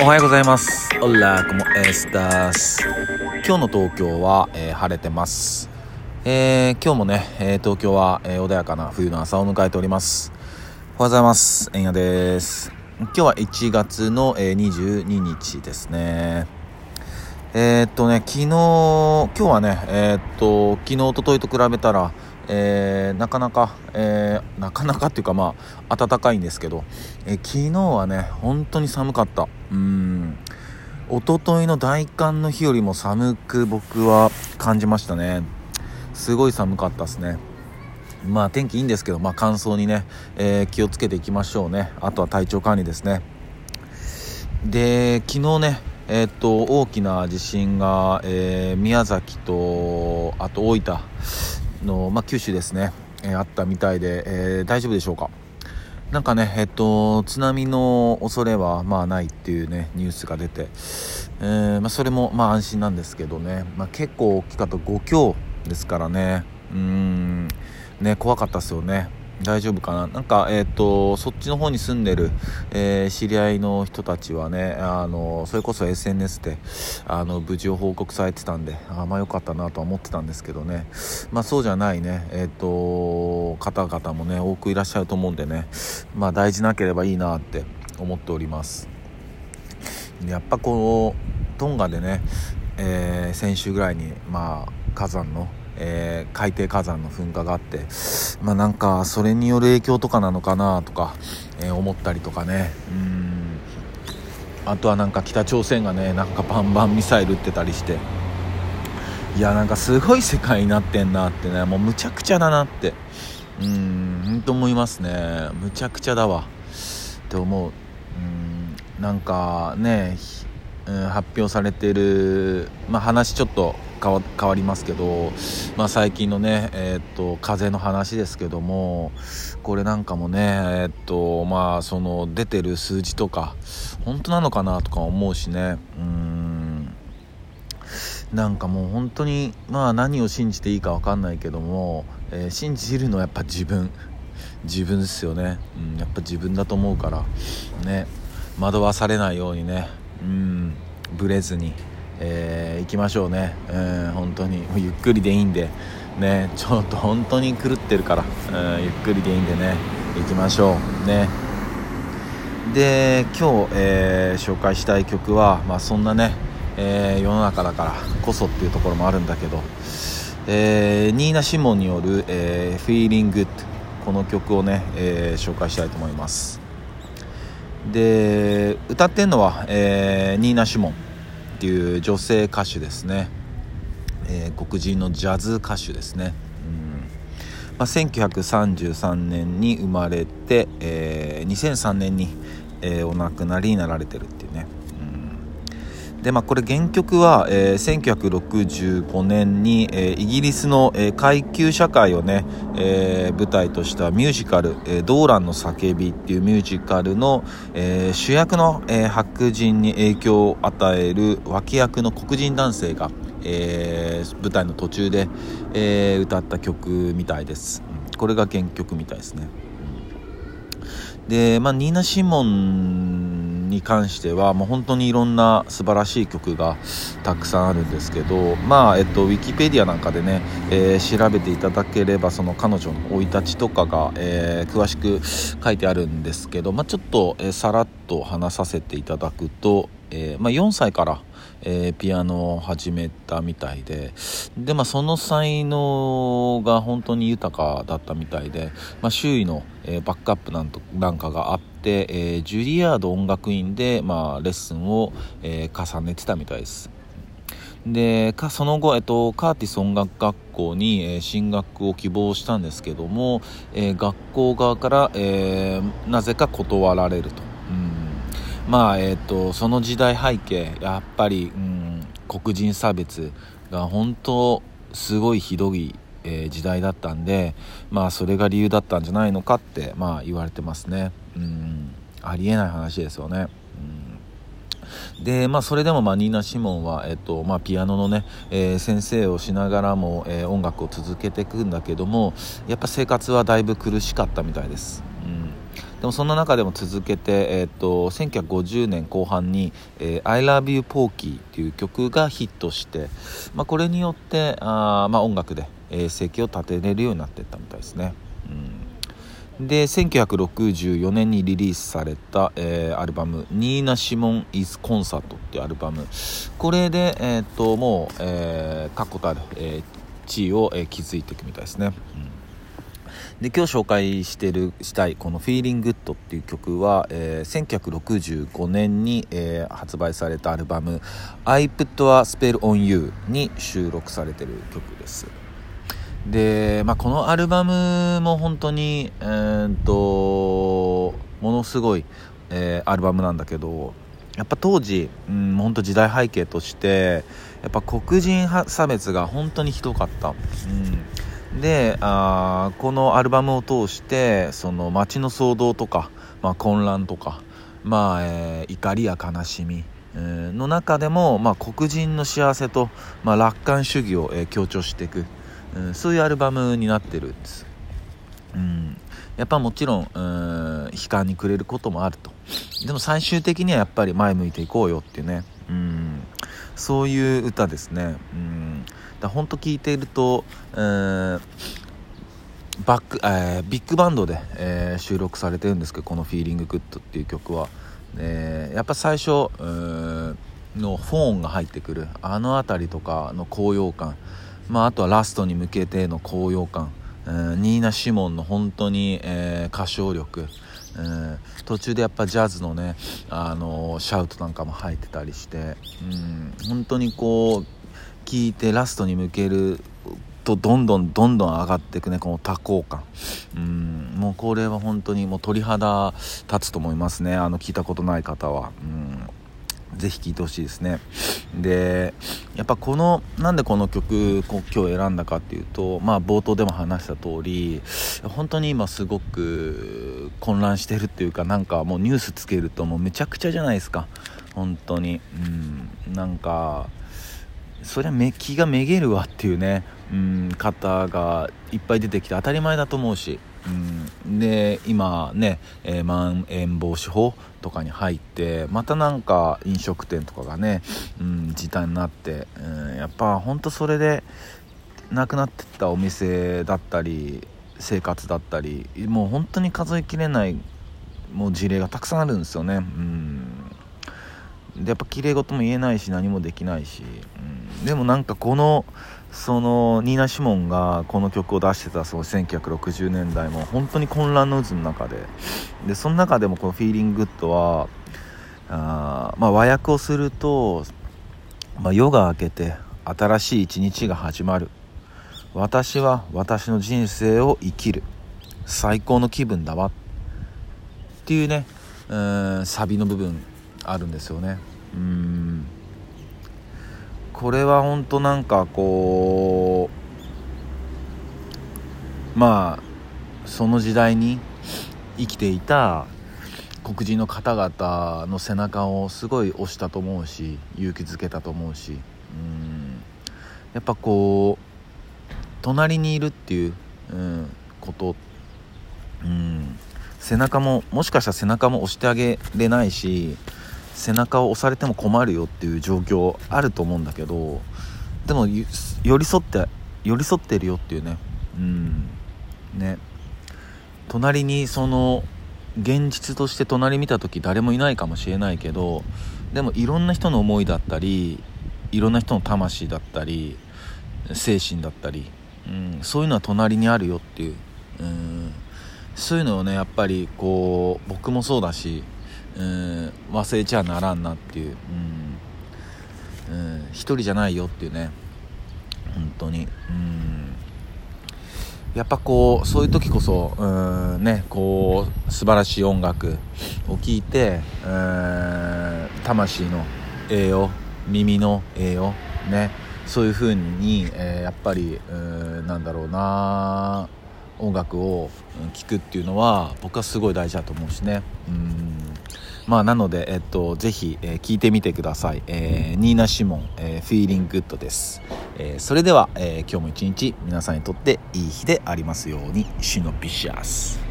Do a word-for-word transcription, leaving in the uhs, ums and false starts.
おはようございます。オラコモエスタス。今日の東京は、えー、晴れてます。えー、今日もね、えー、東京は、えー、穏やかな冬の朝を迎えております。おはようございます。えんやです。今日はいちがつの、えー、にじゅうににちですね。えー、っとね昨日今日はねえー、っと昨日一昨日と比べたらえー、なかなか、えー、なかなかっていうかまあ暖かいんですけど、えー、昨日はね本当に寒かった。うーん一昨日の大寒の日よりも寒く僕は感じましたね。すごい寒かったですね。まあ天気いいんですけど、まあ乾燥にね、えー、気をつけていきましょうね。あとは体調管理ですね。で昨日ねえー、っと大きな地震が、えー、宮崎とあと大分の、まあ、九州ですね、えー、あったみたいで、えー、大丈夫でしょうか。なんかねえっと津波の恐れはまあないっていうねニュースが出て、えーまあ、それもまあ安心なんですけどね、まあ、結構大きかったごきょうですからね。うーんね怖かったですよね。大丈夫かな。なんかえっとそっちの方に住んでる、えー、知り合いの人たちはねあのそれこそ エスエヌエス であの無事を報告されてたんで、あまあ良かったなとは思ってたんですけどね。まあそうじゃないねえっと方々もね多くいらっしゃると思うんでね、まあ大事なければいいなって思っております。やっぱこうトンガでね、えー、先週ぐらいにまあ火山のえー、海底火山の噴火があって、まあなんかそれによる影響とかなのかなとか、えー、思ったりとかね。うーんあとはなんか北朝鮮がねなんかバンバンミサイル撃ってたりして、いやなんかすごい世界になってんなってね、もうむちゃくちゃだなってうーんほんと思いますね。むちゃくちゃだわって思う。うーんなんかね、うん、発表されてる、まあ、話ちょっと変わ、変わりますけど、まあ、最近のね、えー、っと風の話ですけども、これなんかもね、えー、っとまあその出てる数字とか本当なのかなとか思うしね。うーんなんかもう本当にまあ何を信じていいか分かんないけども、えー、信じるのはやっぱ自分自分ですよね。うん、やっぱ自分だと思うからね、惑わされないようにね、うんブレずに、えー、行きましょうね。えー、本当にゆっくりでいいんでね、ちょっと本当に狂ってるから、うん、ゆっくりでいいんでね行きましょうね。で今日、えー、紹介したい曲は、まあ、そんなね、えー、世の中だからこそっていうところもあるんだけど、えー、ニーナ・シモンによる、えー、Feeling Good、 この曲をね、えー、紹介したいと思います。で歌ってんのは、えー、ニーナ・シモンっていう女性歌手ですね。えー、黒人のジャズ歌手ですね。うんまあ、せんきゅうひゃくさんじゅうさんねんに生まれて、えー、にせんさんねんに、えー、お亡くなりになられてるっていうね。うんでまあこれ原曲は、えー、せんきゅうひゃくろくじゅうごねんに、えー、イギリスの、えー、階級社会をね、えー、舞台としたミュージカル、えー、ドーランの叫びっていうミュージカルの、えー、主役の、えー、白人に影響を与える脇役の黒人男性が、えー、舞台の途中で、えー、歌った曲みたいです。これが原曲みたいですね。で、まあ、ニーナ・シモンに関してはもう本当にいろんな素晴らしい曲がたくさんあるんですけど、まあえっと、ウィキペディアなんかでね、えー、調べていただければその彼女の生い立ちとかが、えー、詳しく書いてあるんですけど、まあ、ちょっと、えー、さらっと話させていただくと、えーまあ、よんさいから、えー、ピアノを始めたみたいで、で、まあ、その才能が本当に豊かだったみたいで、まあ、周囲の、えー、バックアップなんとなんかがあって、えー、ジュリアード音楽院で、まあ、レッスンを、えー、重ねてたみたいです。でかその後、えっと、カーティス音楽学校に、えー、進学を希望したんですけども、えー、学校側から、えー、なぜか断られると。うんまあえー、とその時代背景やっぱり、うん、黒人差別が本当すごいひどい、えー、時代だったんで、まあそれが理由だったんじゃないのかって、まあ、言われてますね。うんありえない話ですよね。うんでまあそれでも、まあ、ニーナ・シモンは、えっとまあ、ピアノのね、えー、先生をしながらも、えー、音楽を続けていくんだけども、やっぱ生活はだいぶ苦しかったみたいです。うんでもそんな中でも続けて、えー、とせんきゅうひゃくごじゅうねんこう半に、えー、I Love You Porky っていう曲がヒットして、まあ、これによってあ、まあ、音楽で、えー、生計を立てれるようになっていったみたいですね。うん、でせんきゅうひゃくろくじゅうよねんにリリースされた、えー、アルバムニーナ・シモン・イズ・コンサートっていうアルバム、これで、えー、ともう、えー、確固たる、えー、地位を、えー、築いていくみたいですね。うんで今日紹介してるしたいこの Feeling Good っていう曲は、えー、せんきゅうひゃくろくじゅうごねんに、えー、発売されたアルバム I Put a Spell on You に収録されてる曲です。で、まあ、このアルバムも本当に、えー、っとものすごい、えー、アルバムなんだけど、やっぱ当時、うん、本当時代背景としてやっぱ黒人差別が本当にひどかった。うんであこのアルバムを通してその街の騒動とか、まあ、混乱とか、まあえー、怒りや悲しみ、えー、の中でも、まあ、黒人の幸せと、まあ、楽観主義を、えー、強調していく、うん、そういうアルバムになってるんです。うん、やっぱもちろん、うん、悲観に暮れることもあると。でも最終的にはやっぱり前向いていこうよっていうね、うん、そういう歌ですね。うんだ本当聞いていると、えーバックえー、ビッグバンドで、えー、収録されてるんですけど、この Feeling Good っていう曲は、えー、やっぱ最初のフォーンが入ってくるあのあたりとかの高揚感、まあ、あとはラストに向けての高揚感、えー、ニーナ・シモンの本当に、えー、歌唱力、えー、途中でやっぱジャズのね、あのー、シャウトなんかも入ってたりして、うん、本当にこう聞いてラストに向けるとどんどんどんどん上がっていくね、この多幸感。うんもうこれは本当にもう鳥肌立つと思いますね。あの聞いたことない方は、うんぜひ聴いてほしいですね。でやっぱこのなんでこの曲こ今日選んだかっていうと、まあ冒頭でも話した通り、本当に今すごく混乱してるっていうか、なんかもうニュースつけるともうめちゃくちゃじゃないですか本当に。うんなんかそりゃめ気がめげるわっていうね、うん、方がいっぱい出てきて当たり前だと思うし、うん、で今ね、えー、まん延防止法とかに入ってまたなんか飲食店とかがね、うん、時短になって、うん、やっぱほんとそれでなくなってったお店だったり生活だったり、もう本当に数えきれないもう事例がたくさんあるんですよね。うんでやっぱ綺麗事も言えないし何もできないし、うん、でもなんかこのそのニーナ・シモンがこの曲を出してたそのせんきゅうひゃくろくじゅうねんだいも本当に混乱の渦の中で、でその中でもこの Feeling Good はあ、まあ、和訳をすると、まあ、夜が明けて新しい一日が始まる、私は私の人生を生きる、最高の気分だわっていうね、うん、サビの部分あるんですよね。うーんこれは本当なんかこうまあその時代に生きていた黒人の方々の背中をすごい押したと思うし、勇気づけたと思うし、うーんやっぱこう隣にいるっていう、うん、こと、うん背中ももしかしたら背中も押してあげれないし、背中を押されても困るよっていう状況あると思うんだけど、でも寄り添って寄り添ってるよっていうね、うんね隣にその現実として隣見た時誰もいないかもしれないけど、でもいろんな人の思いだったりいろんな人の魂だったり精神だったり、うん、そういうのは隣にあるよっていう、うん、そういうのをねやっぱりこう僕もそうだし、うん、忘れちゃならんなっていう、うんうん、一人じゃないよっていうね本当に、うん、やっぱこうそういう時こそ、うん、ねこう素晴らしい音楽を聴いて、うん、魂の栄養耳の栄養ねそういう風に、えー、やっぱり、うん、なんだろうな音楽を聴くっていうのは僕はすごい大事だと思うしね。うんまあなので、えっと、ぜひ、えー、聞いてみてください。えー、ニーナ・シモン、えー、Feeling Good です。えー、それでは、えー、今日も一日皆さんにとっていい日でありますように。シノピシャス。